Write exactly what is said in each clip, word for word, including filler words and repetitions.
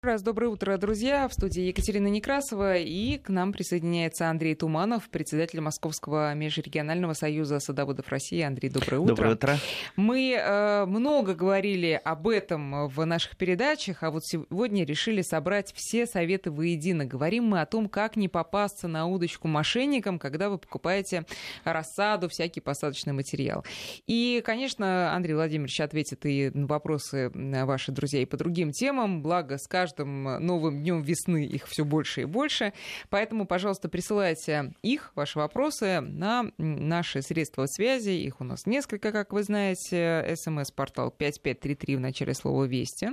Раз доброе утро, друзья. В студии Екатерина Некрасова, и к нам присоединяется Андрей Туманов, председатель Московского межрегионального союза садоводов России. Андрей, доброе утро. Доброе утро. Мы э, много говорили об этом в наших передачах, а вот сегодня решили собрать все советы воедино. Говорим мы о том, как не попасться на удочку мошенникам, когда вы покупаете рассаду, всякий посадочный материал. И, конечно, Андрей Владимирович ответит и на вопросы ваши, друзья, и по другим темам, благо с каждым новым днем весны их все больше и больше. Поэтому, пожалуйста, присылайте их, ваши вопросы, на наши средства связи. Их у нас несколько, как вы знаете. СМС-портал пять пять три три в начале слова «Вести».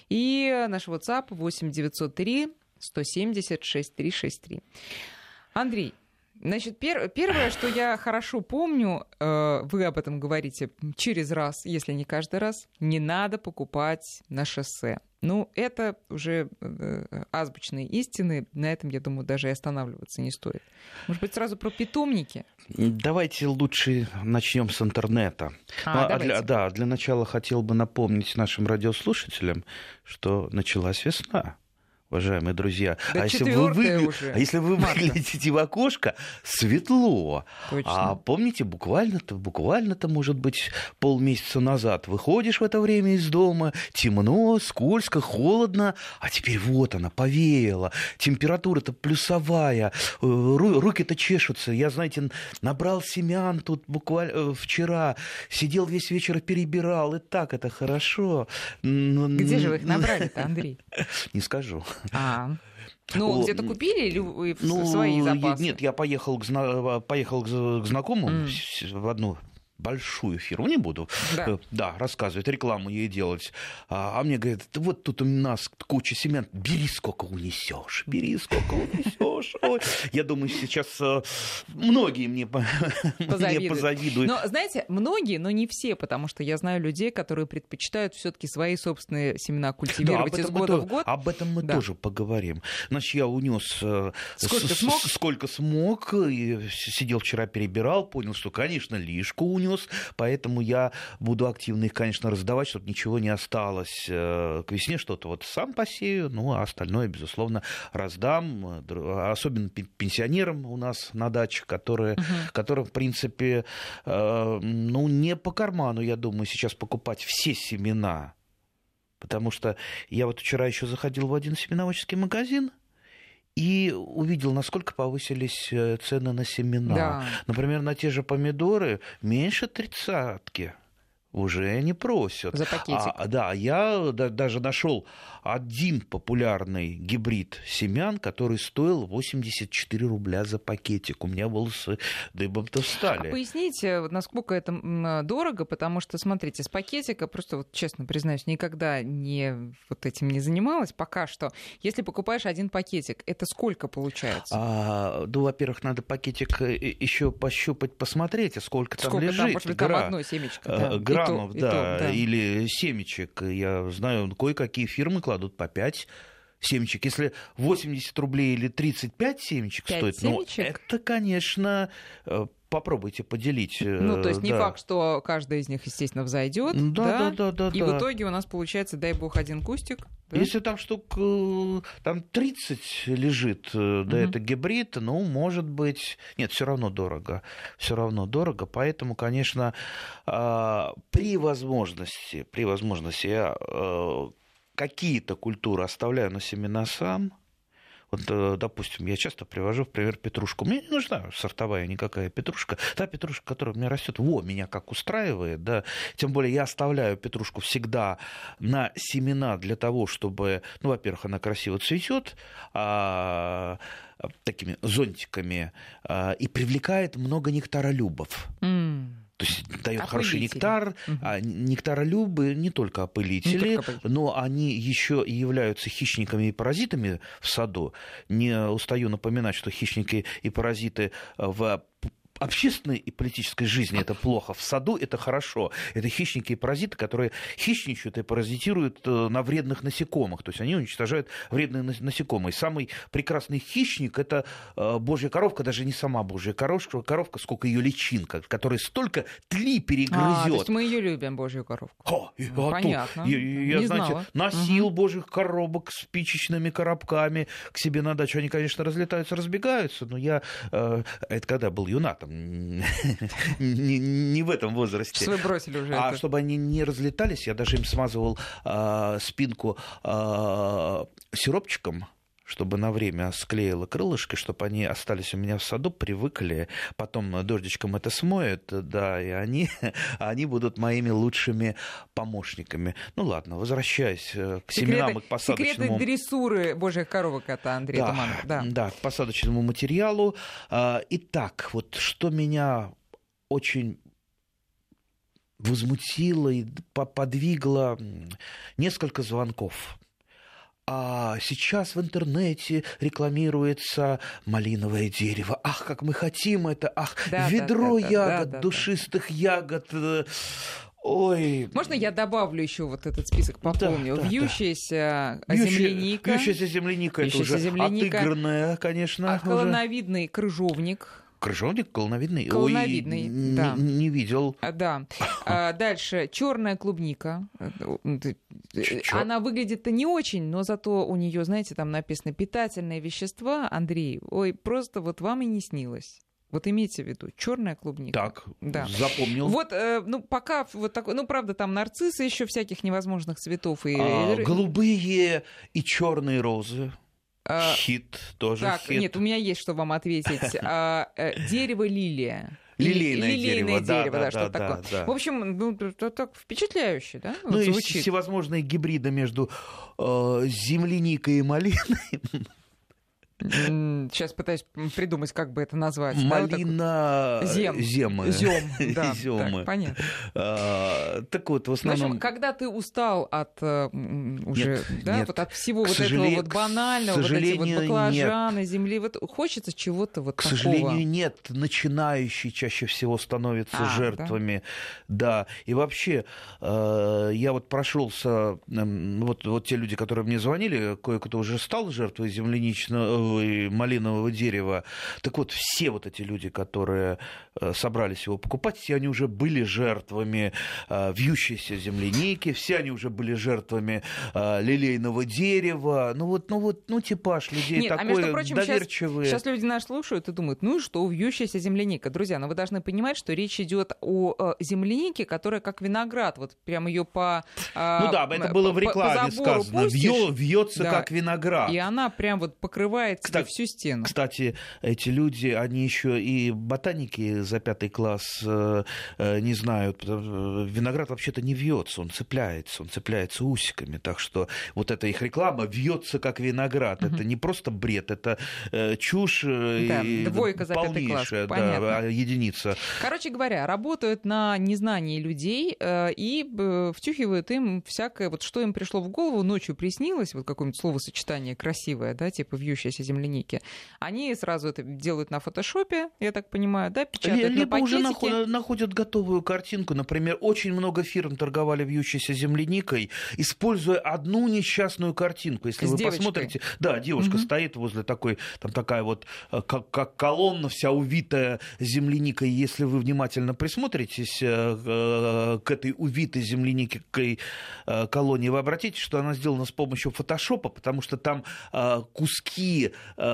И наш WhatsApp восемь девятьсот три сто семьдесят шесть три шесть три. Андрей, значит, пер- первое, что я хорошо помню, э, вы об этом говорите через раз, если не каждый раз, не надо покупать на шоссе. Ну, это уже э, азбучные истины, на этом, я думаю, даже и останавливаться не стоит. Может быть, сразу про питомники? Давайте лучше начнем с интернета. А, ну, а для, да, для начала хотел бы напомнить нашим радиослушателям, что началась весна. Уважаемые друзья, да, а, если вы выгля... уже, а если вы Марта. выглядите в окошко, светло. Точно. А помните, буквально-то, буквально-то, может быть, полмесяца назад выходишь в это время из дома, темно, скользко, холодно, а теперь вот она, повеяла, температура-то плюсовая, ру- руки-то чешутся. Я, знаете, набрал семян тут буквально вчера, сидел весь вечер, перебирал, и так это хорошо. Где же вы их набрали-то, Андрей? Не скажу. А, ну, где-то купили или вы в ну, свои запасы? Нет, я поехал к, зна... поехал к знакомым mm. в одну большую фирму, не буду да. Да, рассказывать, рекламу ей делать. А, а мне говорят, вот тут у нас куча семян, бери сколько унесешь, бери сколько унесешь. Я думаю, сейчас многие мне, мне позавидуют. Но, знаете, многие, но не все, потому что я знаю людей, которые предпочитают все-таки свои собственные семена культивировать да, из года то, в год. Об этом мы да. тоже поговорим. Значит, я унес сколько с, смог, сколько смог, и сидел вчера, перебирал, понял, что, конечно, лишку унес. Поэтому я буду активно их, конечно, раздавать, чтобы ничего не осталось. К весне что-то вот сам посею, ну, а остальное, безусловно, раздам. Особенно пенсионерам у нас на даче, которые, uh-huh. которым, в принципе, ну, не по карману, я думаю, сейчас покупать все семена. Потому что я вот вчера еще заходил в один семеноводческий магазин, и увидел, насколько повысились цены на семена. Да. Например, на те же помидоры меньше тридцатки уже не просят. За пакетик. А, да, я да, даже нашел один популярный гибрид семян, который стоил восемьдесят четыре рубля за пакетик. У меня волосы дыбом-то встали. А поясните, насколько это дорого, потому что, смотрите, с пакетика, просто вот честно признаюсь, никогда не, вот этим не занималась пока что. Если покупаешь один пакетик, это сколько получается? А, ну, во-первых, надо пакетик еще пощупать, посмотреть, а сколько там сколько лежит. Там, может быть, там одно семечко. Да. Граммов, и то, да, и то, да, или семечек. Я знаю, кое-какие фирмы кладут по пять семечек. Если восемьдесят рублей или тридцать пять семечек стоит, семечек? Ну, это, конечно, попробуйте поделить. Ну, то есть да. не факт, что каждая из них, естественно, взойдет. Да, да? да, да, да. И да. в итоге у нас получается, дай бог, один кустик. Да? Если там штук там тридцать лежит, да, угу. это гибрид, ну, может быть... Нет, все равно дорого. Все равно дорого. Поэтому, конечно, при возможности, при возможности я какие-то культуры оставляю на семена сам. Вот, допустим, я часто привожу в пример петрушку. Мне не нужна сортовая никакая петрушка. Та петрушка, которая у меня растет, во, меня как устраивает. Да. Тем более я оставляю петрушку всегда на семена для того, чтобы, ну, во-первых, она красиво цветет, а, такими зонтиками, а, и привлекает много нектаролюбов. Mm. То есть дает хороший нектар. Угу. А нектаролюбы не только опылители, не только опылители, но они еще и являются хищниками и паразитами в саду. Не устаю напоминать, что хищники и паразиты в общественной и политической жизни это плохо, в саду это хорошо. Это хищники и паразиты, которые хищничают и паразитируют на вредных насекомых. То есть они уничтожают вредные насекомые. Самый прекрасный хищник — это божья коровка, даже не сама божья коровка, коровка сколько ее личинка, которая столько тли перегрызет. А, то есть мы ее любим, божью коровку. О, ну, понятно. Я, я не знаете, знала. носил угу. божьих коробок с спичечными коробками к себе на дачу. Они, конечно, разлетаются, разбегаются, но я... Э, это когда был юнатом, не, не в этом возрасте. Что вы бросили уже А это? чтобы они не разлетались, я даже им смазывал э, спинку э, сиропчиком, чтобы на время склеило крылышки, чтобы они остались у меня в саду, привыкли, потом дождичком это смоет, да, и они, они будут моими лучшими помощниками. Ну ладно, возвращаясь к секреты, семенам и к посадочному... Секреты дрессуры божьих коровок от Андрея да, Туманова. Да. да, к посадочному материалу. Итак, вот что меня очень возмутило и подвигло, несколько звонков. А сейчас в интернете рекламируется малиновое дерево. Ах, как мы хотим это! Ах, да, ведро да, да, ягод, да, да, душистых да. ягод. Ой. Можно я добавлю еще вот этот список, пополню? Да, да, вьющаяся да. земляника. Вьющаяся земляника, вьющаяся это уже земляника, отыгранная, конечно. А колоновидный уже. Крыжовник. Крыжовник колоновидный? Колоновидный, Ой, да. Не, не видел. Да. А дальше черная клубника. Чё? Она выглядит-то не очень, но зато у нее, знаете, там написано питательные вещества. Андрей, ой, просто вот вам и не снилось. Вот имейте в виду, черная клубника. Так, да. запомнил. Вот, э, ну, пока вот такой, ну, правда, там нарциссы еще всяких невозможных цветов. И... А, голубые и черные розы. Хит тоже. Так, хит. Нет, у меня есть что вам ответить. А, дерево лилия. Лилейное, Лилейное дерево, дерево, да, да, да, что да, такое. Да. В общем, ну, это так впечатляюще, да? Ну, вот и звучит. Всевозможные гибриды между э, земляникой и малиной. Сейчас пытаюсь придумать, как бы это назвать. Малина... Да, вот Зем. Земы. Зем, да, Земы. Так, понятно. А, так вот, в основном... В общем, когда ты устал от уже, нет, да, нет. Вот от всего к вот сожале... этого вот банального, вот эти вот баклажаны, нет. земли, вот хочется чего-то вот к такого. К сожалению, нет. Начинающие чаще всего становятся а, жертвами. Да? да. И вообще, э, я вот прошелся, э, вот, вот те люди, которые мне звонили, кое-кто уже стал жертвой земляничного малинового дерева. Так вот, все вот эти люди, которые собрались его покупать, все они уже были жертвами э, вьющейся земляники, все они уже были жертвами э, лилейного дерева. Ну вот, ну вот, ну типаж людей Нет, такой, а между прочим, доверчивые. Сейчас, сейчас люди нас слушают и думают, ну и что, вьющаяся земляника. Друзья, но вы должны понимать, что речь идет о э, землянике, которая как виноград, вот прям ее по э, Ну да, это было в рекламе по сказано. Вьё, вьется да, как виноград. И она прям вот покрывает Кстати, всю стену. Кстати, эти люди, они еще и ботаники за пятый класс э, э, не знают. Виноград вообще-то не вьется, он цепляется, он цепляется усиками. Так что вот эта их реклама вьется как виноград. Угу. Это не просто бред, это э, чушь да, и двойка за пятый класс, да, единица. Короче говоря, работают на незнании людей э, и э, втюхивают им всякое, вот что им пришло в голову, ночью приснилось, вот какое-нибудь словосочетание красивое, да, типа вьющаяся земляники. Они сразу это делают на фотошопе, я так понимаю, да, печатают либо на уже пакетике. Находят готовую картинку. Например, очень много фирм торговали вьющейся земляникой, используя одну несчастную картинку. Если С вы девочкой. посмотрите, да, девушка угу. стоит возле такой, там такая вот, как, как колонна вся увитая земляникой. Если вы внимательно присмотритесь к этой увитой земляникой колонне, вы обратите, что она сделана с помощью фотошопа, потому что там куски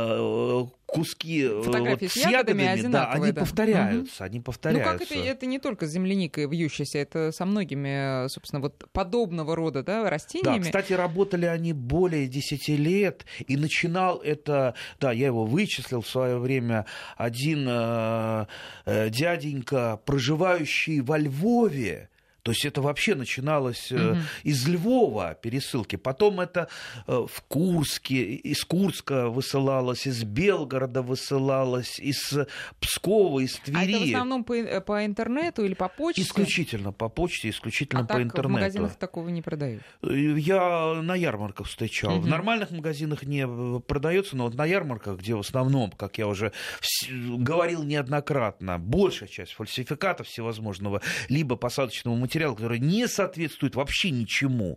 куски фотографии вот, с ягодами, ягодами, да, они да. повторяются, угу. они повторяются. Ну, как это, это не только с земляникой вьющейся, это со многими, собственно, вот подобного рода, да, растениями. Да, кстати, работали они более десяти лет, и начинал это, да, я его вычислил в свое время, один э, э, дяденька, проживающий во Львове, То есть это вообще начиналось mm-hmm. из Львова пересылки. Потом это в Курске, из Курска высылалось, из Белгорода высылалось, из Пскова, из Твери. А это в основном по, по интернету или по почте? Исключительно по почте, исключительно а по так интернету. В магазинах такого не продают? Я на ярмарках встречал. Mm-hmm. В нормальных магазинах не продается, но вот на ярмарках, где в основном, как я уже говорил неоднократно, большая часть фальсификатов всевозможного, либо посадочного материала, материал, который не соответствует вообще ничему,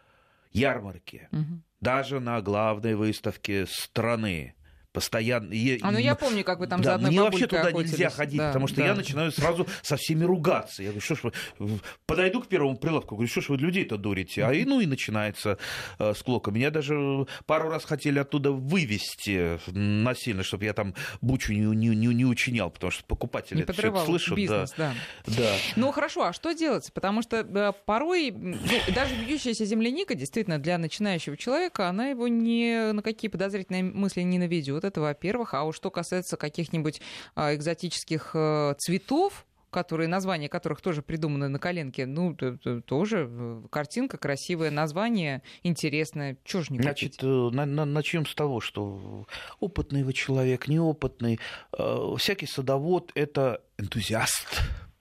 ярмарки, угу. даже на главной выставке страны. Постоянно. А ну я помню, как вы там да, за одной мне бабулькой вообще туда охотились. Нельзя ходить, да, потому что да. я начинаю сразу со всеми ругаться. Я говорю, что ж вы... Подойду к первому прилавку, говорю, что ж вы людей-то дурите? А и, ну и начинается э, склока. Меня даже пару раз хотели оттуда вывести насильно, чтобы я там бучу не, не, не, не учинял, потому что покупатели это все это слышат. Бизнес, да. Да. Да. Ну хорошо, а что делать? Потому что да, порой ну, даже бьющаяся земляника, действительно, для начинающего человека, она его ни на какие подозрительные мысли не наведет. Это, во-первых. А уж что касается каких-нибудь а, экзотических а, цветов, которые, названия которых тоже придуманы на коленке, ну, тоже картинка красивая, название интересное. Чего ж не Значит, на, на, начнем с того, что опытный вы человек, неопытный, э, всякий садовод – это энтузиаст.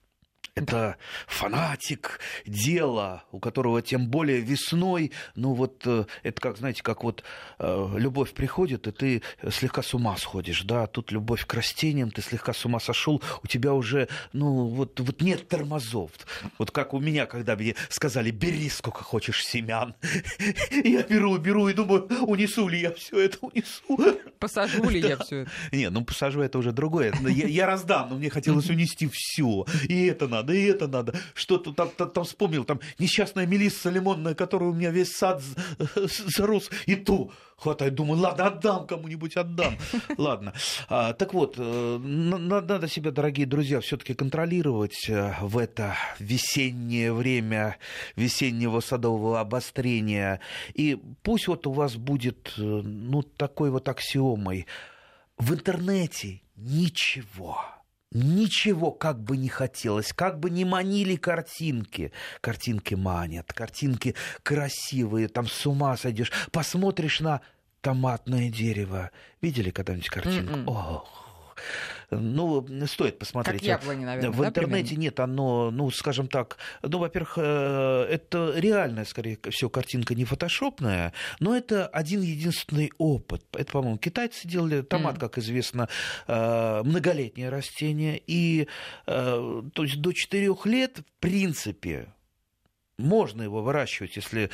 Это фанатик дела, у которого тем более весной, ну вот это как, знаете, как вот э, любовь приходит, и ты слегка с ума сходишь, да, тут любовь к растениям, ты слегка с ума сошел, у тебя уже, ну вот, вот нет тормозов. Вот как у меня, когда мне сказали, бери сколько хочешь семян, я беру, беру и думаю, унесу ли я все это, унесу. Посажу ли я все это? Не, ну посажу это уже другое, я, я раздам, но мне хотелось унести все, и это надо. Да и это надо. Что-то там, там, там вспомнил, там несчастная мелисса лимонная, которая у меня весь сад зарос, и то хватает. Думаю, ладно, отдам кому-нибудь, отдам. Ладно. А, так вот, надо себя, дорогие друзья, все-таки контролировать в это весеннее время весеннего садового обострения. И пусть вот у вас будет, ну, такой вот аксиомой. В интернете ничего. Ничего, как бы не хотелось, как бы не манили картинки. Картинки манят, картинки красивые, там с ума сойдешь. Посмотришь на томатное дерево. Видели когда-нибудь картинку? Mm-mm. Ох. Ну, стоит посмотреть. Как яблони, наверное. В да, интернете примерно? Нет, оно, ну, скажем так, ну, во-первых, это реальная, скорее всего, картинка не фотошопная, но это один единственный опыт. Это, по-моему, китайцы делали. Томат, mm. как известно, многолетнее растение. И, то есть, до четырех лет, в принципе, можно его выращивать, если,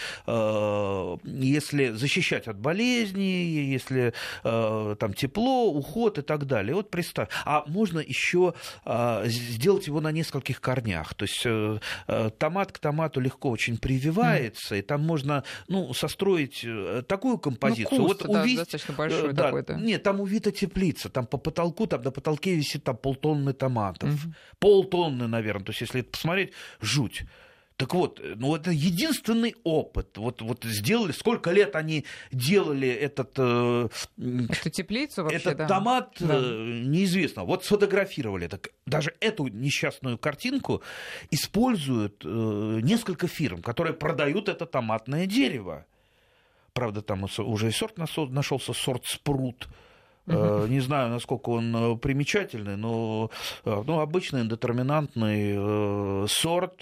э, если защищать от болезней, если э, там тепло, уход и так далее. Вот представь. А можно еще э, сделать его на нескольких корнях. То есть э, томат к томату легко очень прививается, mm. и там можно ну, состроить такую композицию. Ну, куст, вот да, увидеть, достаточно большой да, такой-то. Нет, там увита теплица, там по потолку, там на потолке висит там полтонны томатов. Mm-hmm. Полтонны, наверное. То есть если это посмотреть, жуть. Так вот, ну это единственный опыт. Вот, вот сделали, сколько лет они делали этот, э, эту теплицу вообще, этот да. томат, да. Э, неизвестно. Вот сфотографировали. Так даже эту несчастную картинку используют э, несколько фирм, которые продают это томатное дерево. Правда, там уже и сорт нашелся, сорт спрут. Uh-huh. Не знаю, насколько он примечательный, но ну, обычный индетерминантный сорт.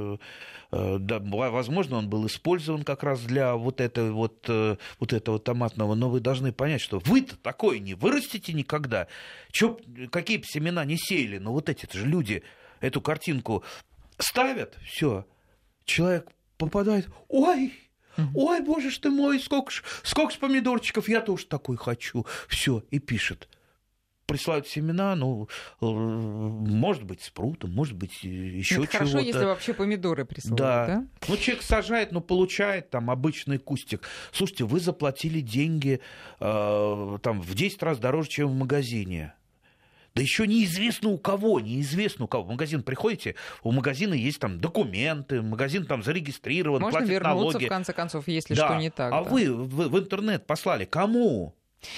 Да, возможно, он был использован как раз для вот, этой, вот, вот этого томатного, но вы должны понять, что вы-то такое не вырастите никогда. Чё, какие бы семена не сеяли, но вот эти же люди эту картинку ставят, все, человек попадает, ой, ой, боже ж ты мой, сколько ж, сколько ж помидорчиков, я тоже такой хочу. Все, и пишет. Присылают семена, ну, может быть, спрутом, может быть, еще чего-то. Хорошо, если вообще помидоры присылают, да. да? Ну, человек сажает, но получает там обычный кустик. Слушайте, вы заплатили деньги э, там, в десять раз дороже, чем в магазине. Да еще неизвестно у кого, неизвестно у кого. В магазин приходите, у магазина есть там документы, магазин там зарегистрирован, можно платит налоги. Можно вернуться, в конце концов, если да. что не так. А да. вы, вы в интернет послали кому?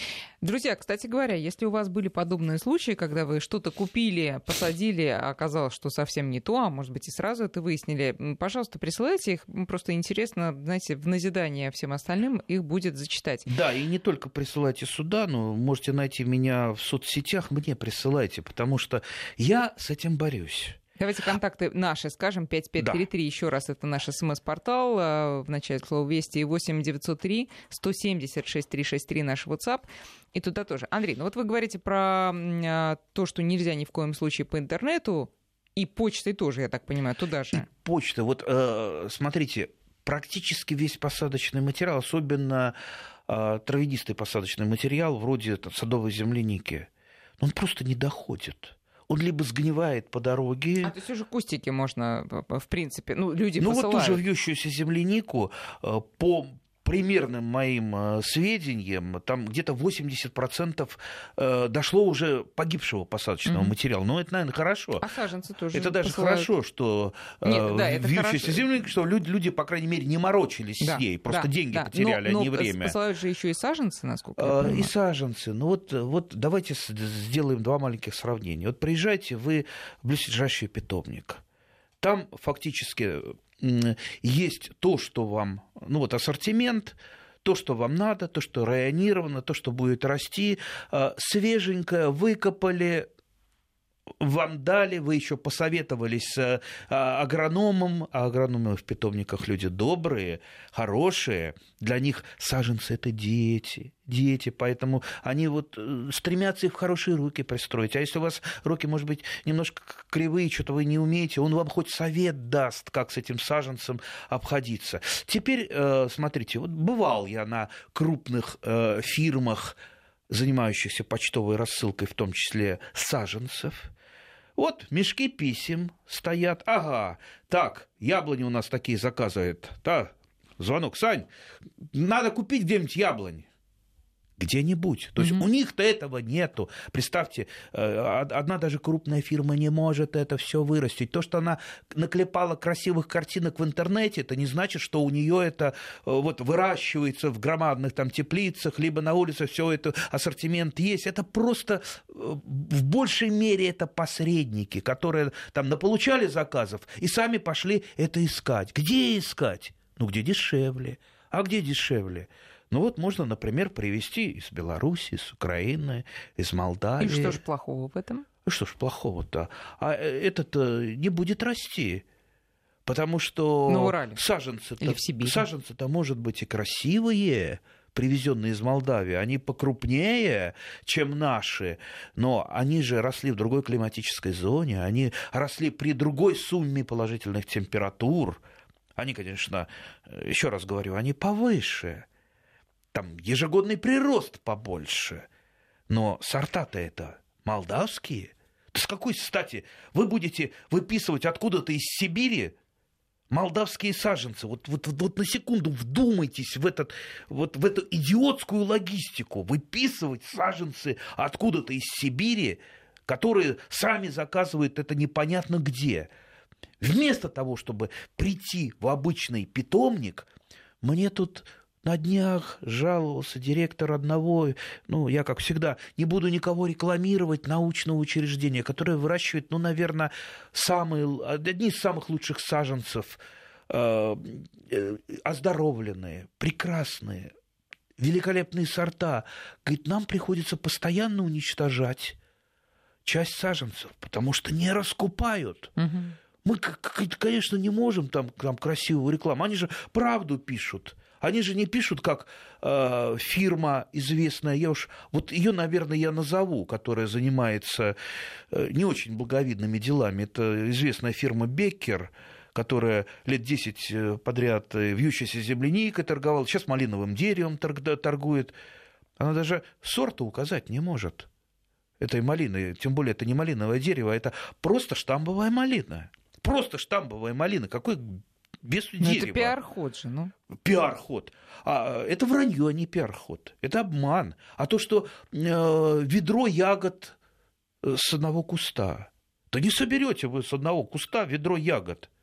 Друзья, кстати говоря, если у вас были подобные случаи, когда вы что-то купили, посадили, а оказалось, что совсем не то, а может быть и сразу это выяснили, пожалуйста, присылайте их. Просто интересно, знаете, в назидание всем остальным их будет зачитать. Да, и не только присылайте сюда, но можете найти меня в соцсетях, мне присылайте, потому что я с этим борюсь. Давайте контакты наши скажем. пять пять три три, да. Еще раз, это наш смс-портал. В начале слова «Вести» и восемь девятьсот три сто семьдесят шесть триста шестьдесят три наш WhatsApp. И туда тоже. Андрей, ну вот вы говорите про то, что нельзя ни в коем случае по интернету, и почтой тоже, я так понимаю, туда же. И почта. Вот э, смотрите, практически весь посадочный материал, особенно э, травянистый посадочный материал, вроде там, садовой земляники, он просто не доходит. Он либо сгнивает по дороге. А то есть уже кустики можно, в принципе, ну, люди ну, посылают. Ну, вот ту же вьющуюся землянику по примерным моим сведениям, там где-то восемьдесят процентов дошло уже погибшего посадочного mm-hmm. материала. Но это, наверное, хорошо. А саженцы тоже Это даже посылают. Хорошо, что Нет, да, это вьющаяся земляника, что люди, люди, по крайней мере, не морочились да, с ней. Просто да, деньги да. потеряли, но, а не но время. Посылают же еще и саженцы, насколько я понимаю. И саженцы. Ну вот, вот давайте сделаем два маленьких сравнения. Вот приезжайте вы в близлежащий питомник. Там фактически есть то, что вам, ну вот ассортимент, то, что вам надо, то, что районировано, то, что будет расти, свеженькое, выкопали, вам дали, вы еще посоветовались с агрономом, а агрономы в питомниках люди добрые, хорошие, для них саженцы – это дети, дети, поэтому они вот стремятся их в хорошие руки пристроить, а если у вас руки, может быть, немножко кривые, что-то вы не умеете, он вам хоть совет даст, как с этим саженцем обходиться. Теперь, смотрите, вот бывал я на крупных фирмах, занимающихся почтовой рассылкой, в том числе саженцев. Вот мешки писем стоят. Ага, так, яблони у нас такие заказывают. Да, звонок. Сань, надо купить где-нибудь яблонь. Где-нибудь. То есть mm-hmm. у них-то этого нету. Представьте, одна даже крупная фирма не может это все вырастить. То, что она наклепала красивых картинок в интернете, это не значит, что у нее это вот выращивается в громадных там теплицах, либо на улице все это ассортимент есть. Это просто в большей мере это посредники, которые там наполучали заказов и сами пошли это искать. Где искать? Ну, где дешевле. А где дешевле? Ну вот можно, например, привезти из Беларуси, из Украины, из Молдавии. И что же плохого в этом? Что ж плохого-то? А этот-то не будет расти. Потому что на Урале. Саженцы-то, или в Сибири. Саженцы-то, может быть, и красивые, привезенные из Молдавии, они покрупнее, чем наши, но они же росли в другой климатической зоне, они росли при другой сумме положительных температур. Они, конечно, еще раз говорю, они повыше. Там ежегодный прирост побольше. Но сорта-то это молдавские. Да с какой стати вы будете выписывать откуда-то из Сибири молдавские саженцы? Вот, вот, вот на секунду вдумайтесь в, этот, вот, в эту идиотскую логистику. Выписывать саженцы откуда-то из Сибири, которые сами заказывают это непонятно где. Вместо того, чтобы прийти в обычный питомник, мне тут... На днях жаловался директор одного, ну, я, как всегда, не буду никого рекламировать, научного учреждения, которое выращивает, ну, наверное, самые, одни из самых лучших саженцев, э, оздоровленные, прекрасные, великолепные сорта. Говорит, нам приходится постоянно уничтожать часть саженцев, потому что не раскупают. Угу. Мы, конечно, не можем там, там красивую рекламу, они же правду пишут. Они же не пишут, как э, фирма известная, я уж, вот ее, наверное, я назову, которая занимается э, не очень благовидными делами. Это известная фирма Беккер, которая лет десять подряд вьющейся земляникой торговала, сейчас малиновым деревом торгует. Она даже сорта указать не может этой малины. Тем более, это не малиновое дерево, это просто штамбовая малина. Просто штамбовая малина. Какой... без дерева. Это пиар-ход же, ну. Пиар-ход. А, это вранье, а не пиар-ход. Это обман. А то, что э, ведро ягод с одного куста. Да не соберете вы с одного куста ведро ягод.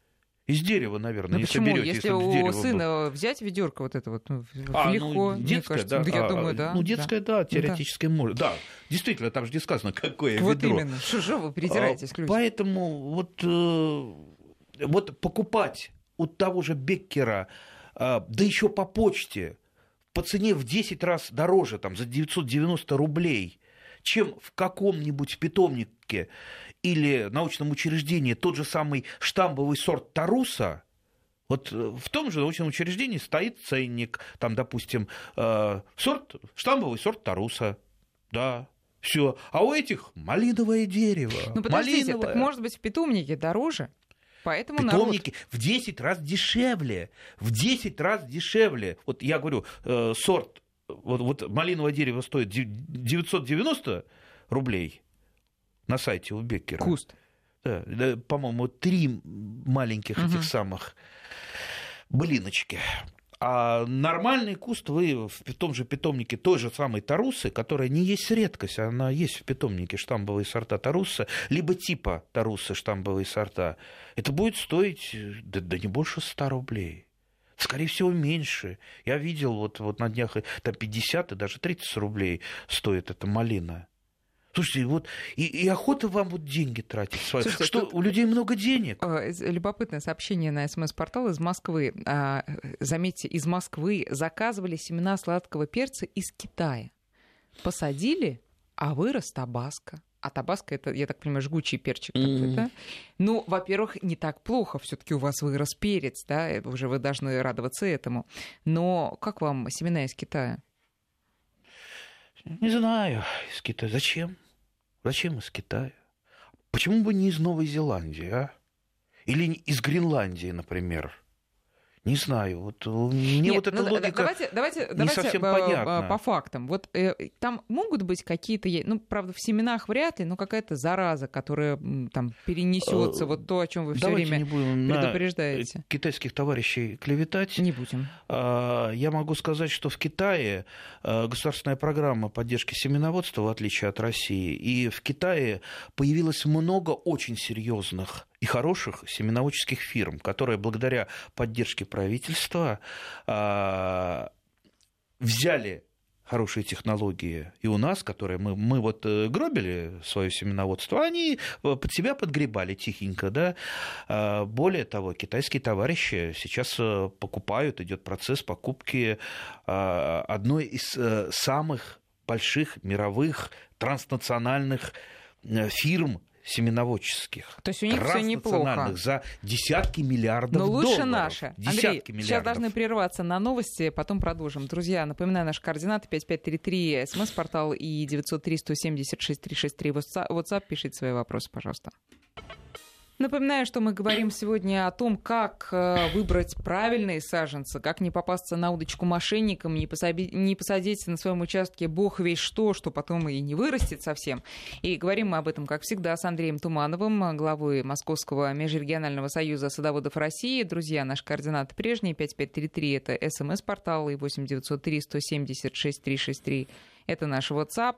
Из дерева, наверное, ну, если почему? берете. Если, если у сына был. взять ведерко вот это вот, ну, а, легко, ну, детское, мне кажется. да, Я а, думаю, да. Ну, детское, да, да теоретически да. может. Да, действительно, там же не сказано, какое вот ведро. Вот именно. Что же вы придираетесь к людям? Поэтому вот, э, вот покупать у того же Беккера, э, да еще по почте, по цене в десять раз дороже, там, за девятьсот девяносто рублей, чем в каком-нибудь питомнике или научном учреждении тот же самый штамбовый сорт таруса. Вот в том же научном учреждении стоит ценник, там, допустим, э, сорт, штамбовый сорт таруса, да, все. А у этих малиновое дерево. Ну, подождите, малиновое. Так может быть в питомнике дороже? Поэтому питомники народ... в десять раз дешевле. В десять раз дешевле. Вот я говорю, э, сорт, вот, вот малиновое дерево стоит девятьсот девяносто рублей на сайте у Беккера. Куст. Да, да, по-моему, три маленьких угу. этих самых блиночки. А нормальный куст вы в том же питомнике той же самой тарусы, которая не есть редкость, она есть в питомнике, штамбовые сорта таруса, либо типа тарусы штамбовые сорта, это будет стоить да, да не больше ста рублей. Скорее всего, меньше. Я видел, вот, вот на днях там пятьдесят и даже тридцать рублей стоит эта малина. Слушайте, вот и, и охота вам вот деньги тратить. Слушайте, что тут... у людей много денег. Любопытное сообщение на СМС-портал из Москвы. Заметьте, из Москвы заказывали семена сладкого перца из Китая. Посадили, а вырос табаско. А табаско — это, я так понимаю, жгучий перчик mm-hmm. такой, да? Ну, во-первых, не так плохо. Все-таки у вас вырос перец, да? Уже вы должны радоваться этому. Но как вам семена из Китая? Не знаю, из Китая. Зачем? Зачем из Китая? Почему бы не из Новой Зеландии, а? Или из Гренландии, например? Не знаю. Вот мне Нет, вот эта ну, логика давайте, давайте, не давайте совсем по, понятна. По фактам. Вот э, там могут быть какие-то, ну, правда, в семенах вряд ли, но какая-то зараза, которая там перенесется, вот то, о чем вы все время не будем предупреждаете. На китайских товарищей клеветать. Не будем. Я могу сказать, что в Китае государственная программа поддержки семеноводства, в отличие от России, и в Китае появилось много очень серьезных и хороших семеноводческих фирм, которые благодаря поддержке правительства а, взяли хорошие технологии и у нас, которые мы, мы вот гробили свое семеноводство, они под себя подгребали тихенько, да. А, более того, китайские товарищи сейчас покупают, идет процесс покупки а, одной из самых больших мировых транснациональных фирм семеноводческих. То есть у них все неплохо. За десятки миллиардов долларов. Но лучше наши. Десятки Андрей, миллиардов. Сейчас должны прерваться на новости, потом продолжим. Друзья, напоминаю, наши координаты пять пять три три, СМС-портал и девятьсот три сто семьдесят шесть триста шестьдесят три. WhatsApp, пишите свои вопросы, пожалуйста. Напоминаю, что мы говорим сегодня о том, как выбрать правильные саженцы, как не попасться на удочку мошенникам, не, посаби... не посадить на своем участке бог весь что, что потом и не вырастет совсем. И говорим мы об этом, как всегда, с Андреем Тумановым, главой Московского межрегионального союза садоводов России. Друзья, наши координаты прежние. пять пять три три — это СМС-портал, и восемь девятьсот три сто семьдесят шесть триста шестьдесят три — это наш WhatsApp.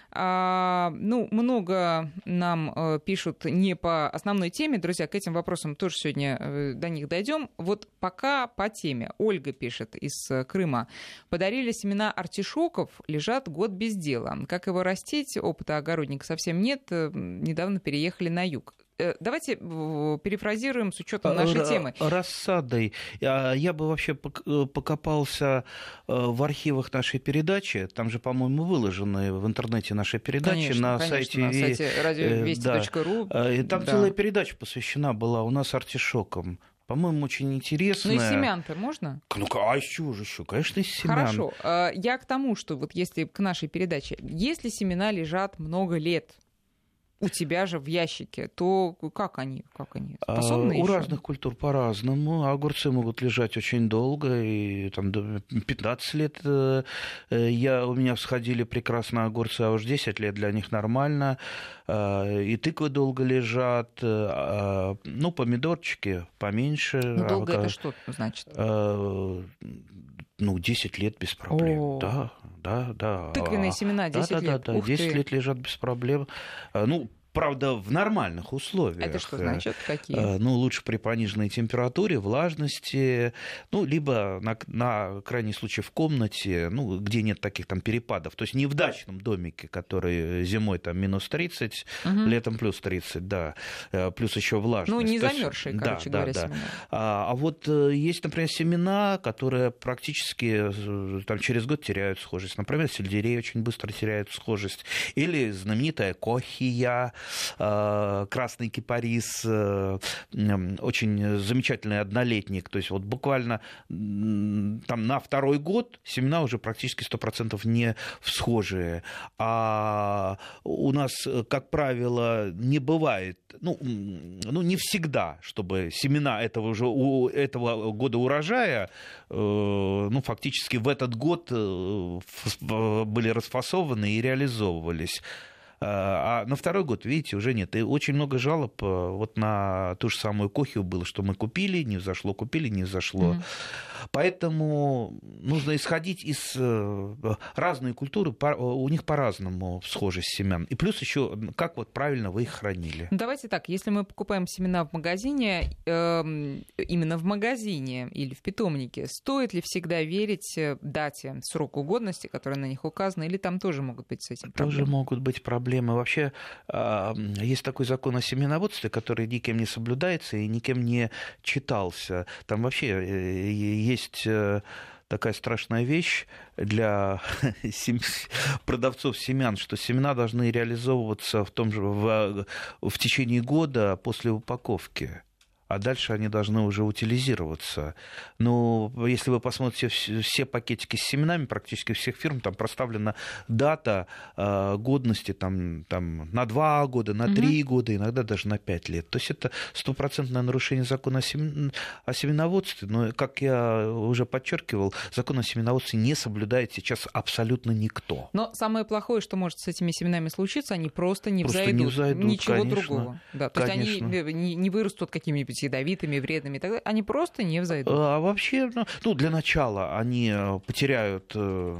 А, ну, много нам э, пишут не по основной теме. Друзья, к этим вопросам тоже сегодня э, до них дойдем. Вот пока по теме. Ольга пишет из э, Крыма. Подарили семена артишоков, лежат год без дела. Как его растить? Опыта огородника совсем нет. Э, недавно переехали на юг. Давайте перефразируем с учетом нашей Р- темы. Рассадой. Я бы вообще покопался в архивах нашей передачи. Там же, по-моему, выложены в интернете наши передачи. Конечно, на, конечно, сайте, на сайте радиовести точка ру. Да. И там да. целая передача посвящена была у нас артишокам. По-моему, очень интересная. Ну, из семян-то можно? Ну, а из чего же еще? Конечно, из семян. Хорошо. Я к тому, что вот если к нашей передаче, если семена лежат много лет у тебя же в ящике, то как они, как они способны? А, у разных культур по-разному. Огурцы могут лежать очень долго, и там пятнадцать лет я, у меня всходили прекрасно огурцы, а уж десять лет для них нормально. И тыквы долго лежат, ну, помидорчики поменьше. Долго а, это что значит? А, ну, десять лет без проблем. О. Да, да, да. Тыквенные семена десять да, лет. Да, да, да, десять лет лежат без проблем. Ну, правда, в нормальных условиях. Это что значит? Какие? Ну, лучше при пониженной температуре, влажности, ну, либо на, на крайний случай в комнате, ну, где нет таких там перепадов. То есть не в дачном домике, который зимой там минус тридцать, угу. летом плюс тридцать, да, плюс еще влажность. Ну, не замерзшие, короче да, говоря, да, семена. А, а вот есть, например, семена, которые практически там, через год теряют схожесть. Например, сельдерей очень быстро теряет схожесть. Или знаменитая кохия, красный кипарис, очень замечательный однолетник. То есть вот буквально там, на второй год семена уже практически сто процентов не всхожие. А у нас, как правило, не бывает, ну, ну не всегда, чтобы семена этого, уже, этого года урожая ну, фактически в этот год были расфасованы и реализовывались. А на второй год, видите, уже нет. И очень много жалоб вот на ту же самую кохию было, что мы купили, не взошло, купили, не взошло. Mm-hmm. Поэтому нужно исходить из разной культуры, у них по-разному схожесть семян. И плюс еще, как вот правильно вы их хранили. Давайте так, если мы покупаем семена в магазине, именно в магазине или в питомнике, стоит ли всегда верить дате, сроку годности, которая на них указана, или там тоже могут быть с этим проблемы? Тоже могут быть проблемы. Вообще есть такой закон о семеноводстве, который никем не соблюдается и никем не читался. Там вообще есть такая страшная вещь для продавцов семян, что семена должны реализовываться в том же в, в течение года после упаковки. А дальше они должны уже утилизироваться. Но если вы посмотрите все пакетики с семенами, практически всех фирм, там проставлена дата э, годности там, там, на два года, на три угу. года, иногда даже на пять лет. То есть это стопроцентное нарушение закона о, семен... о семеноводстве. Но, как я уже подчеркивал, закон о семеноводстве не соблюдает сейчас абсолютно никто. Но самое плохое, что может с этими семенами случиться, они просто не просто взойдут. Не взойдут, ничего конечно, другого. Да, то конечно. есть они не вырастут какими-нибудь ядовитыми, вредными и так далее, они просто не взойдут. А вообще, ну, для начала они потеряют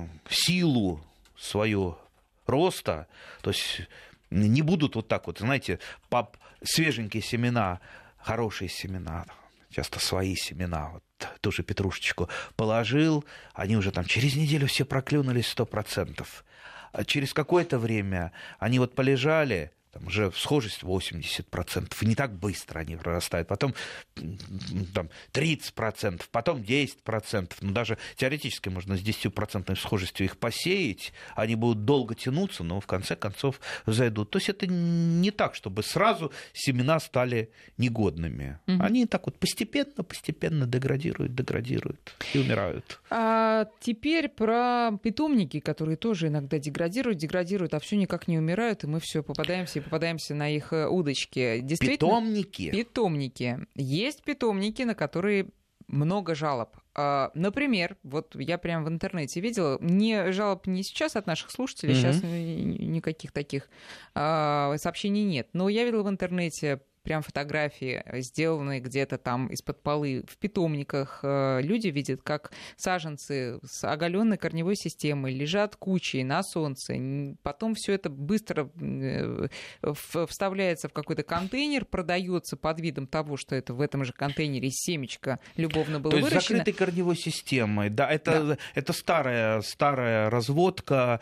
силу свою роста, то есть не будут вот так вот, знаете, пап, свеженькие семена, хорошие семена, часто свои семена, вот ту же петрушечку положил, они уже там через неделю все проклюнулись сто процентов. А через какое-то время они вот полежали, там уже схожесть восемьдесят процентов, и не так быстро они прорастают, потом там, тридцать процентов, потом десять процентов, ну, даже теоретически можно с десять процентов схожестью их посеять, они будут долго тянуться, но в конце концов зайдут. То есть это не так, чтобы сразу семена стали негодными. Угу. Они так вот постепенно, постепенно деградируют, деградируют и умирают. А теперь про питомники, которые тоже иногда деградируют, деградируют, а все никак не умирают, и мы все попадаемся попадаемся на их удочки. Питомники? Питомники. Есть питомники, на которые много жалоб. Например, вот я прямо в интернете видела, не жалоб не сейчас от наших слушателей, mm-hmm. сейчас никаких таких сообщений нет, но я видела в интернете прям фотографии, сделанные где-то там из-под полы в питомниках. Люди видят, как саженцы с оголенной корневой системой лежат кучей на солнце. Потом все это быстро вставляется в какой-то контейнер, продается под видом того, что это в этом же контейнере семечко любовно было выращено. То есть закрытой корневой системой. Да, это, да. это старая, старая разводка,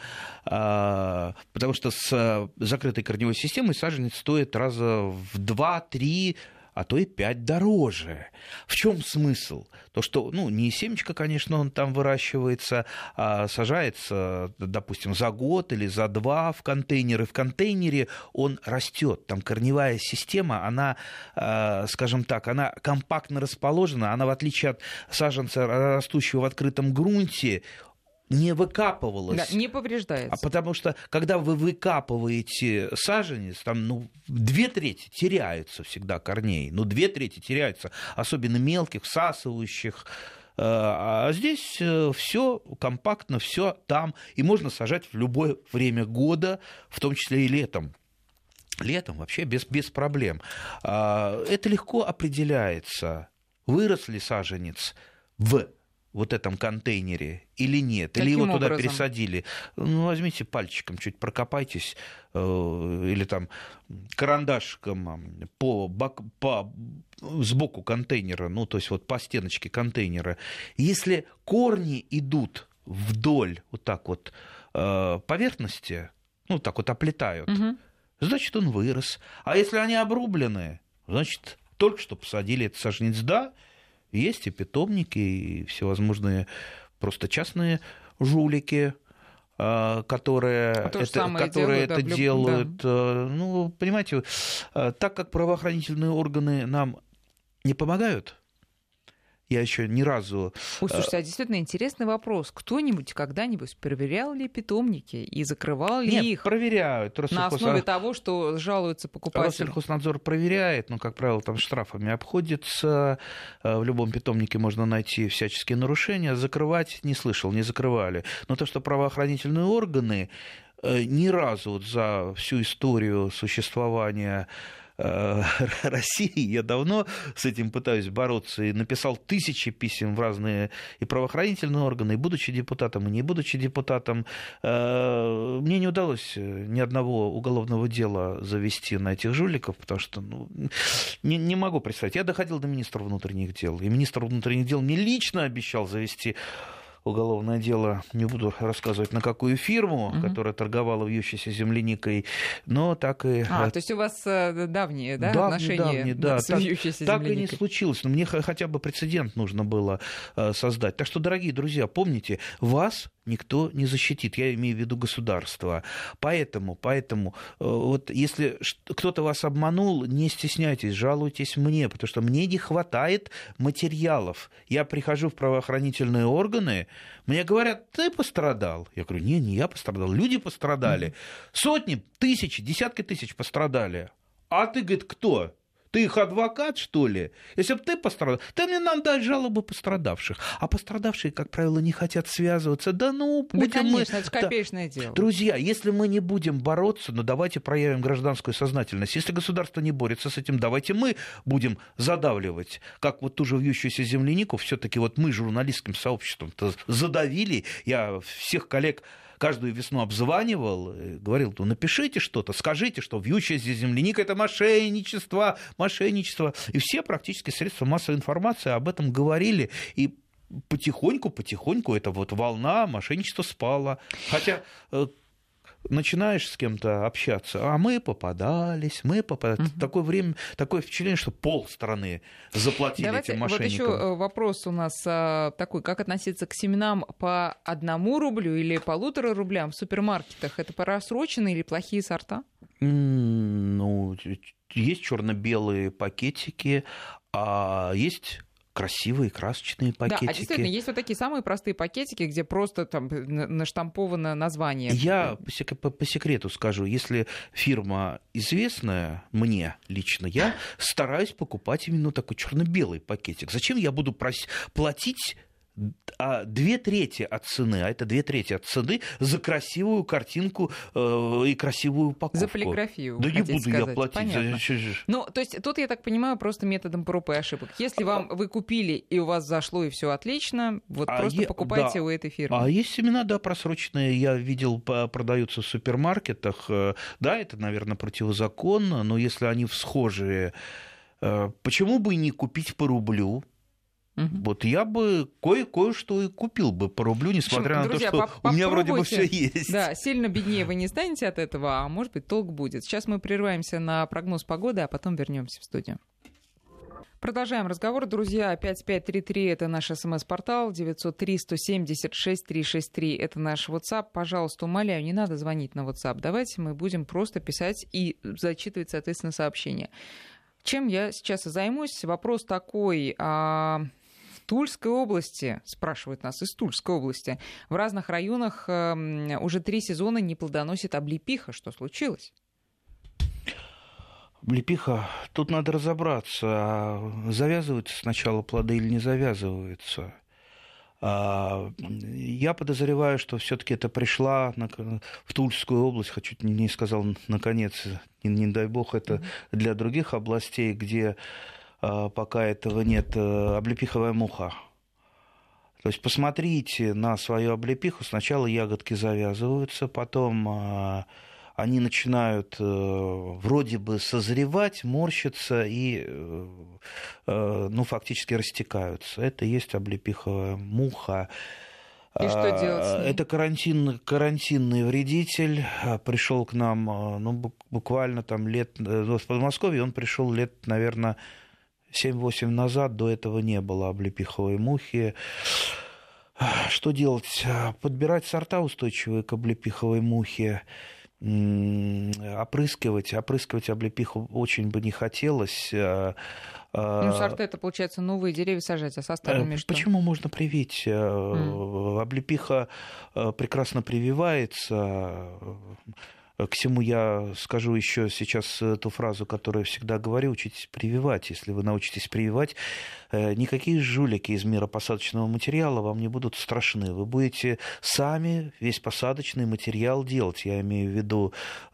потому что с закрытой корневой системой саженец стоит раза в два три, а то и пять дороже. В чем смысл? То, что, ну, не семечко, конечно, он там выращивается, а сажается, допустим, за год или за два в контейнеры. В контейнере он растет. Там корневая система, она, скажем так, она компактно расположена. Она, в отличие от саженца, растущего в открытом грунте, не выкапывалась. Да, не повреждается. А потому что, когда вы выкапываете саженец, там, ну, две трети теряются всегда корней. Ну, две трети теряются, особенно мелких, всасывающих. А здесь все компактно, все там. И можно сажать в любое время года, в том числе и летом. Летом вообще без, без проблем. Это легко определяется. Вырос ли саженец в вот этом контейнере или нет? Каким или его образом? Туда пересадили? Ну, возьмите пальчиком, чуть прокопайтесь, э, или там карандашиком по, бок, по сбоку контейнера, ну, то есть вот по стеночке контейнера. Если корни идут вдоль вот так вот э, поверхности, ну, так вот оплетают, угу. значит, он вырос. А если они обрублены, значит, только что посадили этот саженец. Да, есть и питомники, и всевозможные просто частные жулики, которые а это, которые делают, это да, делают. Да. Ну, понимаете, так как правоохранительные органы нам не помогают, я еще ни разу... Ой, слушайте, а действительно интересный вопрос. Кто-нибудь когда-нибудь проверял ли питомники и закрывал ли Нет, их? проверяют. На основе того, что жалуются покупатели? Россельхознадзор проверяет, но, как правило, там штрафами обходится. В любом питомнике можно найти всяческие нарушения. Закрывать не слышал, не закрывали. Но то, что правоохранительные органы ни разу вот за всю историю существования России, я давно с этим пытаюсь бороться и написал тысячи писем в разные и правоохранительные органы, и будучи депутатом, и не будучи депутатом, мне не удалось ни одного уголовного дела завести на этих жуликов, потому что ну, не, не могу представить. Я доходил до министра внутренних дел, и министр внутренних дел мне лично обещал завести уголовное дело, не буду рассказывать, на какую фирму, угу. которая торговала вьющейся земляникой, но так и... А, то есть у вас давние, да, давние, отношения давние, да, с вьющейся так, земляникой? Так и не случилось, но мне хотя бы прецедент нужно было создать. Так что, дорогие друзья, помните, вас никто не защитит, я имею в виду государство. Поэтому, поэтому вот если кто-то вас обманул, не стесняйтесь, жалуйтесь мне, потому что мне не хватает материалов. Я прихожу в правоохранительные органы, мне говорят, ты пострадал. Я говорю, не, не я пострадал, люди пострадали. Mm-hmm. Сотни, тысячи, десятки тысяч пострадали. А ты, говорит, кто? Ты их адвокат, что ли? Если бы ты пострадал, то мне надо дать жалобы пострадавших. А пострадавшие, как правило, не хотят связываться. Да ну, будем да, конечно, мы... это же копеечное да. дело. Друзья, если мы не будем бороться, ну давайте проявим гражданскую сознательность. Если государство не борется с этим, давайте мы будем задавливать. Как вот ту же вьющуюся землянику, все-таки вот мы журналистским сообществом задавили. Я всех коллег каждую весну обзванивал, говорил, ну напишите что-то, скажите, что вьющаяся земляника – это мошенничество, мошенничество. И все практически средства массовой информации об этом говорили. И потихоньку-потихоньку эта вот волна мошенничества спала. Хотя начинаешь с кем-то общаться, а мы попадались, мы попадались. Угу. Такое время, такое впечатление, что полстраны заплатили Давайте, этим мошенникам. Вот еще вопрос у нас такой, как относиться к семенам по одному рублю или полутора рублям в супермаркетах? Это просроченные или плохие сорта? Ну, есть черно-белые пакетики, а есть красивые красочные пакетики. Да, а действительно, есть вот такие самые простые пакетики, где просто там наштамповано название. Я по, по секрету скажу, если фирма известная мне лично, я стараюсь покупать именно такой черно-белый пакетик. Зачем я буду прос... платить а две трети от цены, а это две трети от цены, за красивую картинку э, и красивую упаковку. За полиграфию. Да не буду сказать. я платить. Понятно. За... Ну, то есть тут, я так понимаю, просто методом проб и ошибок. Если вам вы купили, и у вас зашло, и все отлично, вот а просто е... покупайте да. у этой фирмы. А есть семена, да, просроченные, я видел, продаются в супермаркетах. Да, это, наверное, противозаконно, но если они схожие, почему бы и не купить по рублю? Угу. Вот я бы кое- кое-что и купил бы по рублю, несмотря общем, на друзья, то, что у меня вроде бы все есть. Да, сильно беднее вы не станете от этого, а может быть толк будет. Сейчас мы прерываемся на прогноз погоды, а потом вернемся в студию. Продолжаем разговор, друзья. пять пять три три это наш смс-портал, девятьсот три сто семьдесят шесть триста шестьдесят три это наш WhatsApp. Пожалуйста, умоляю, не надо звонить на WhatsApp. Давайте мы будем просто писать и зачитывать, соответственно, сообщения. Чем я сейчас и займусь? Вопрос такой... А... В Тульской области, спрашивают нас, из Тульской области, в разных районах э, уже три сезона не плодоносит облепиха. Что случилось? Облепиха, тут надо разобраться, завязываются сначала плоды или не завязываются. Я подозреваю, что все-таки это пришла в Тульскую область, хочу не сказал наконец, не, не дай бог, это для других областей, где пока этого нет, облепиховая муха. То есть посмотрите на свою облепиху, сначала ягодки завязываются, потом они начинают вроде бы созревать, морщиться и ну, фактически растекаются. Это и есть облепиховая муха. И что делать с ней? Это карантин, карантинный вредитель. Пришел к нам ну, буквально там лет... В Подмосковье он пришел лет, наверное, семь-восемь назад. До этого не было облепиховой мухи. Что делать? Подбирать сорта устойчивые к облепиховой мухе. Опрыскивать. Опрыскивать облепиху очень бы не хотелось. Ну, сорта это, получается, новые деревья сажать, а со старыми что? Почему можно привить? Mm. Облепиха прекрасно прививается. К всему я скажу еще сейчас ту фразу, которую я всегда говорю: учитесь прививать. Если вы научитесь прививать, никакие жулики из мира посадочного материала вам не будут страшны. Вы будете сами весь посадочный материал делать. Я имею в виду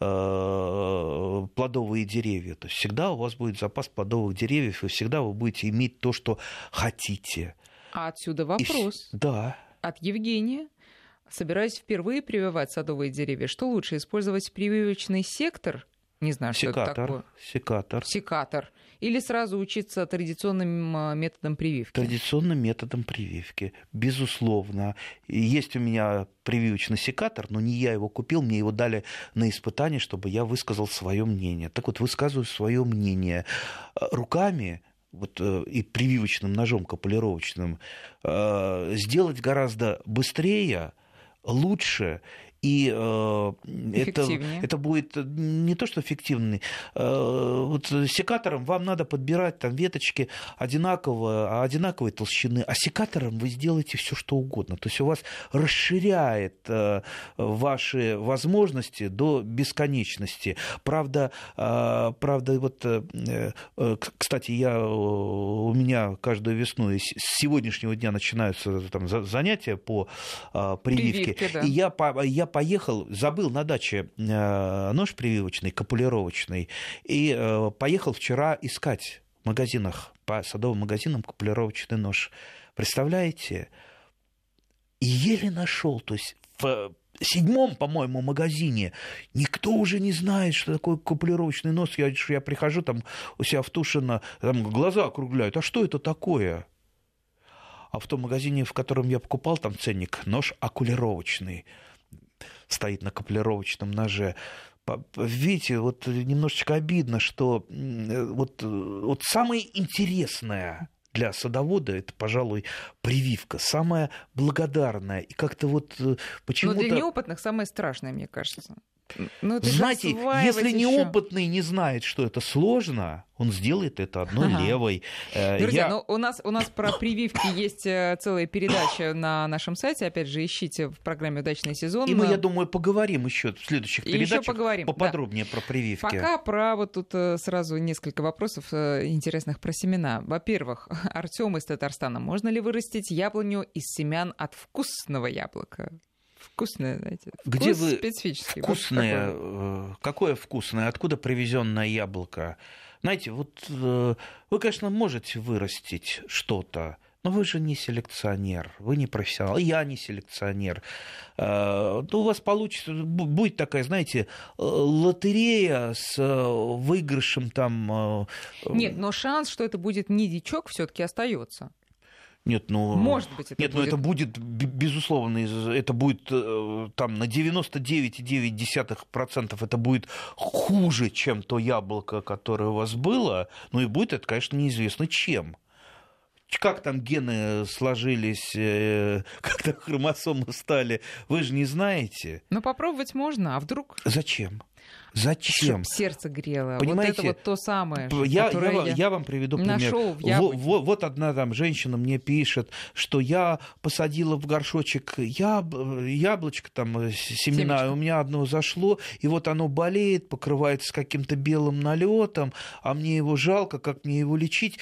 э, плодовые деревья. То есть всегда у вас будет запас плодовых деревьев, и всегда вы будете иметь то, что хотите. А отсюда вопрос. И... Да. От Евгения. Собираюсь впервые прививать садовые деревья. Что лучше, использовать прививочный сектор? Не знаю, что секатор, это такое. Секатор. Секатор. Или сразу учиться традиционным методом прививки? Традиционным методом прививки, безусловно. Есть у меня прививочный секатор, но не я его купил, мне его дали на испытание, чтобы я высказал свое мнение. Так вот, высказываю свое мнение руками. Вот, и прививочным ножом копулировочным сделать гораздо быстрее, лучше, и э, это, это будет не то, что эффективный. Э, вот секатором вам надо подбирать там веточки одинаково, одинаковой толщины, а секатором вы сделаете все что угодно. То есть у вас расширяет э, ваши возможности до бесконечности. Правда, э, правда вот, э, э, кстати, я, у меня каждую весну с сегодняшнего дня начинаются там занятия по э, прививке. Прививки, да. И я, я поехал, забыл на даче нож прививочный, копулировочный, и поехал вчера искать в магазинах, по садовым магазинам копулировочный нож. Представляете? И еле нашел. То есть в седьмом, по-моему, магазине никто уже не знает, что такое копулировочный нож. Я, я прихожу там у себя в Тушино, там глаза округляют. А что это такое? А в том магазине, в котором я покупал, там ценник, нож окулировочный. Стоит на копулировочном ноже. Видите, вот немножечко обидно, что вот, вот самое интересное для садовода это, пожалуй, прививка, самая благодарная. И как-то вот почему-то... Но для неопытных самое страшное, мне кажется. Ну, знаете, если еще... неопытный не знает, что это сложно, он сделает это одной ага. левой. Друзья, Я... ну, у нас, у нас про прививки есть целая передача на нашем сайте. Опять же, ищите в программе «Удачный сезон». И мы, я думаю, поговорим еще в следующих и передачах еще поговорим, поподробнее да. про прививки. Пока про вот тут сразу несколько вопросов интересных про семена. Во-первых, Артём из Татарстана. Можно ли вырастить яблоню из семян от вкусного яблока? Вкусное, знаете. Вкус Где вы специфический. Вкусное, вот какое вкусное? Откуда привезенное яблоко? Знаете, вот вы, конечно, можете вырастить что-то, но вы же не селекционер, вы не профессионал, я не селекционер. То у вас получится, будет такая, знаете, лотерея с выигрышем там... Нет, но шанс, что это будет не дичок, все-таки остается. Нет, ну, может быть, это нет, будет... ну это будет, безусловно, это будет там на девяносто девять целых девять десятых процента это будет хуже, чем то яблоко, которое у вас было. Ну и будет это, конечно, неизвестно чем. Как там гены сложились, как там хромосомы стали, вы же не знаете. Ну попробовать можно, а вдруг? Зачем? Зачем? Чтоб сердце грело. Понимаете, вот это вот то самое, я, которое я, я, я вам приведу пример. Нашел в яблоке. Вот, вот одна там женщина мне пишет, что я посадила в горшочек яб... яблочко, там, семена, Семечко. У меня одно зашло, и вот оно болеет, покрывается каким-то белым налетом, а мне его жалко, как мне его лечить?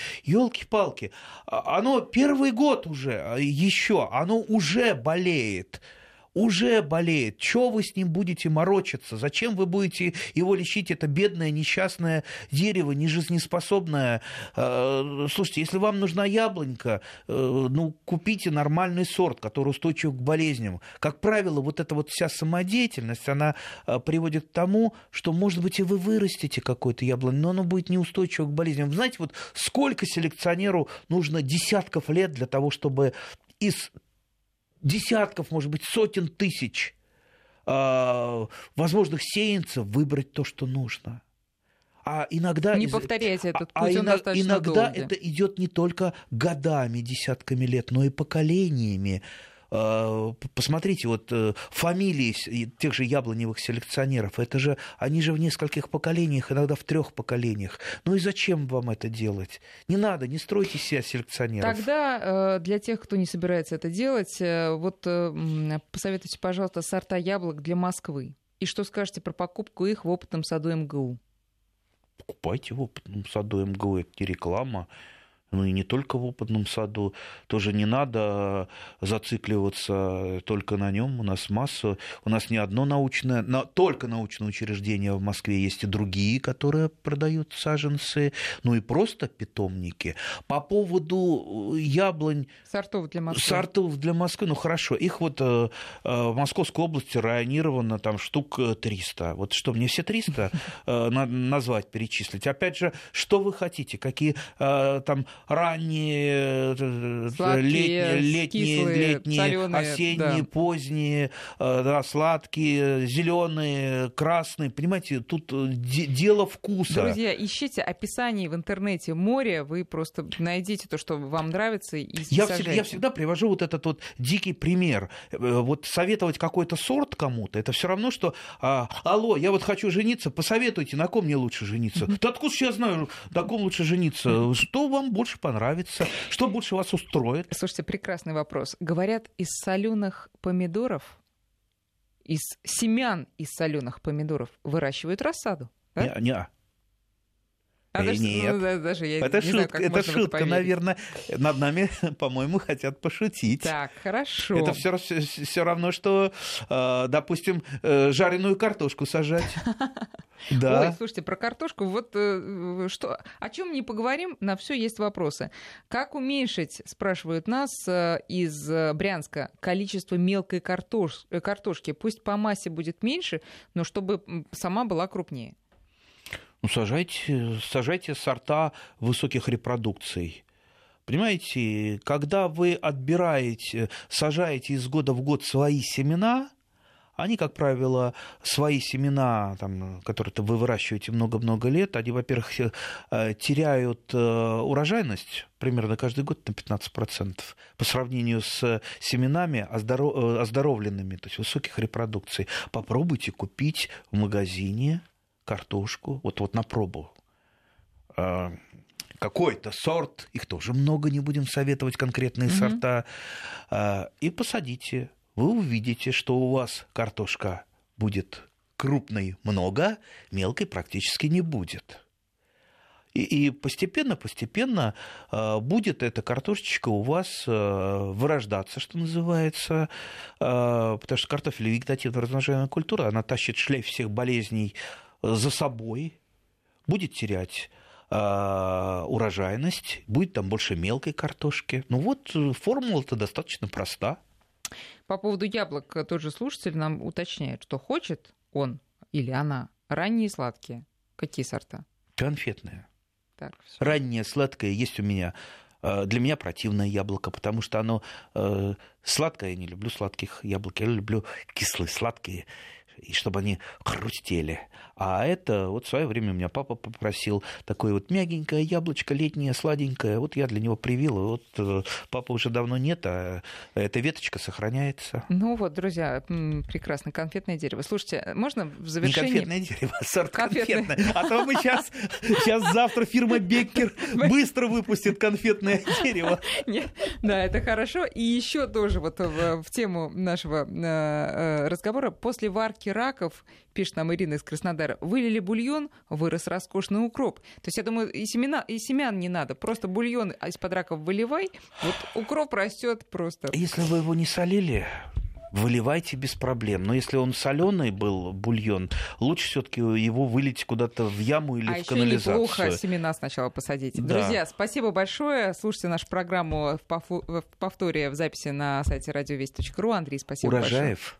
Ёлки-палки, оно первый год уже, еще, оно уже болеет. уже болеет. Чего вы с ним будете морочиться? Зачем вы будете его лечить? Это бедное, несчастное дерево, нежизнеспособное. Слушайте, если вам нужна яблонька, ну, купите нормальный сорт, который устойчив к болезням. Как правило, вот эта вот вся самодеятельность, она приводит к тому, что, может быть, и вы вырастите какое-то яблоко, но оно будет неустойчиво к болезням. Вы знаете, вот сколько селекционеру нужно десятков лет для того, чтобы из десятков, может быть, сотен тысяч э, возможных сеянцев выбрать то, что нужно. А иногда... Не повторяйте этот путь, а, он иногда, достаточно иногда долгий. это идет не только годами, десятками лет, но и поколениями. Посмотрите, вот фамилии тех же яблоневых селекционеров, это же, они же в нескольких поколениях, иногда в трех поколениях. Ну и зачем вам это делать? Не надо, не стройте себя селекционеров. Тогда для тех, кто не собирается это делать, вот посоветуйте, пожалуйста, сорта яблок для Москвы. И что скажете про покупку их в опытном саду эм гэ у? Покупайте в опытном саду эм гэ у, это не реклама. Ну и не только в опытном саду. Тоже не надо зацикливаться только на нем. У нас масса, у нас не одно научное, но только научное учреждение в Москве, есть и другие, которые продают саженцы, ну и просто питомники. По поводу яблонь... Сортов для Москвы. Сортов для Москвы, ну хорошо. Их вот в Московской области районировано там штук триста. Вот что, мне все триста назвать, перечислить? Опять же, что вы хотите? Какие там... ранние, сладкие, летние, летние, кислые, летние солёные, осенние, да. поздние, да, сладкие, зеленые, красные. Понимаете, тут дело вкуса. Друзья, ищите описание в интернете моря, вы просто найдите то, что вам нравится, и я сажайте. всегда, я всегда привожу вот этот вот дикий пример. Вот советовать какой-то сорт кому-то, это все равно, что а, алло, я вот хочу жениться, посоветуйте, на ком мне лучше жениться? Да откуда я знаю, на ком лучше жениться? Что вам больше понравится? Что больше вас устроит? Слушайте, прекрасный вопрос. Говорят, из соленых помидоров, из семян из соленых помидоров выращивают рассаду. Да? Не, не. А Э, даже, нет, ну, да, даже я это не знаю, шутка, как это можно в это шутка, поверить. наверное, над нами, по-моему, хотят пошутить. Так, хорошо. Это все, все равно, что, допустим, жареную картошку сажать. Да. Ой, слушайте, про картошку, вот что, о чем не поговорим, на все есть вопросы. Как уменьшить, спрашивают нас из Брянска, количество мелкой картош... картошки? Пусть по массе будет меньше, но чтобы сама была крупнее. Ну, сажайте, сажайте сорта высоких репродукций. Понимаете, когда вы отбираете, сажаете из года в год свои семена, они, как правило, свои семена, там, которые вы выращиваете много-много лет, они, во-первых, теряют урожайность примерно каждый год на пятнадцать процентов по сравнению с семенами оздоровленными, то есть высоких репродукций. Попробуйте купить в магазине картошку, вот, вот на пробу, какой-то сорт, их тоже много, не будем советовать конкретные mm-hmm. сорта, и посадите. Вы увидите, что у вас картошка будет крупной много, мелкой практически не будет. И постепенно-постепенно будет эта картошечка у вас вырождаться, что называется, потому что картофель вегетативно размножаемая культура, она тащит шлейф всех болезней за собой, будет терять э, урожайность, будет там больше мелкой картошки. Ну вот, формула-то достаточно проста. По поводу яблок тот же слушатель нам уточняет, что хочет он или она ранние сладкие. Какие сорта? Конфетные. Так, раннее сладкое есть у меня. Для меня противное яблоко, потому что оно э, сладкое. Я не люблю сладких яблок, я люблю кислые, сладкие, и чтобы они хрустели. А это вот в свое время у меня папа попросил такое вот мягенькое яблочко летнее, сладенькое. Вот я для него привил, и вот папы уже давно нет, а эта веточка сохраняется. Ну вот, друзья, прекрасно, конфетное дерево. Слушайте, можно в завершении... Не конфетное дерево, а сорт конфетное. конфетное. А то мы сейчас, сейчас завтра фирма Беккер быстро выпустит конфетное дерево. Нет, да, это хорошо. И еще тоже вот в, в тему нашего э, разговора. После варки раков, пишет нам Ирина из Краснодара, вылили бульон, вырос роскошный укроп. То есть, я думаю, и, семена, и семян не надо. Просто бульон из-под раков выливай, вот укроп растет просто. Если вы его не солили, выливайте без проблем. Но если он соленый был, бульон, лучше все-таки его вылить куда-то в яму или а в канализацию. А еще неплохо семена сначала посадить. Да. Друзья, спасибо большое. Слушайте нашу программу в повторе в записи на сайте радиовесть точка ру. Андрей, спасибо Урожаев. большое.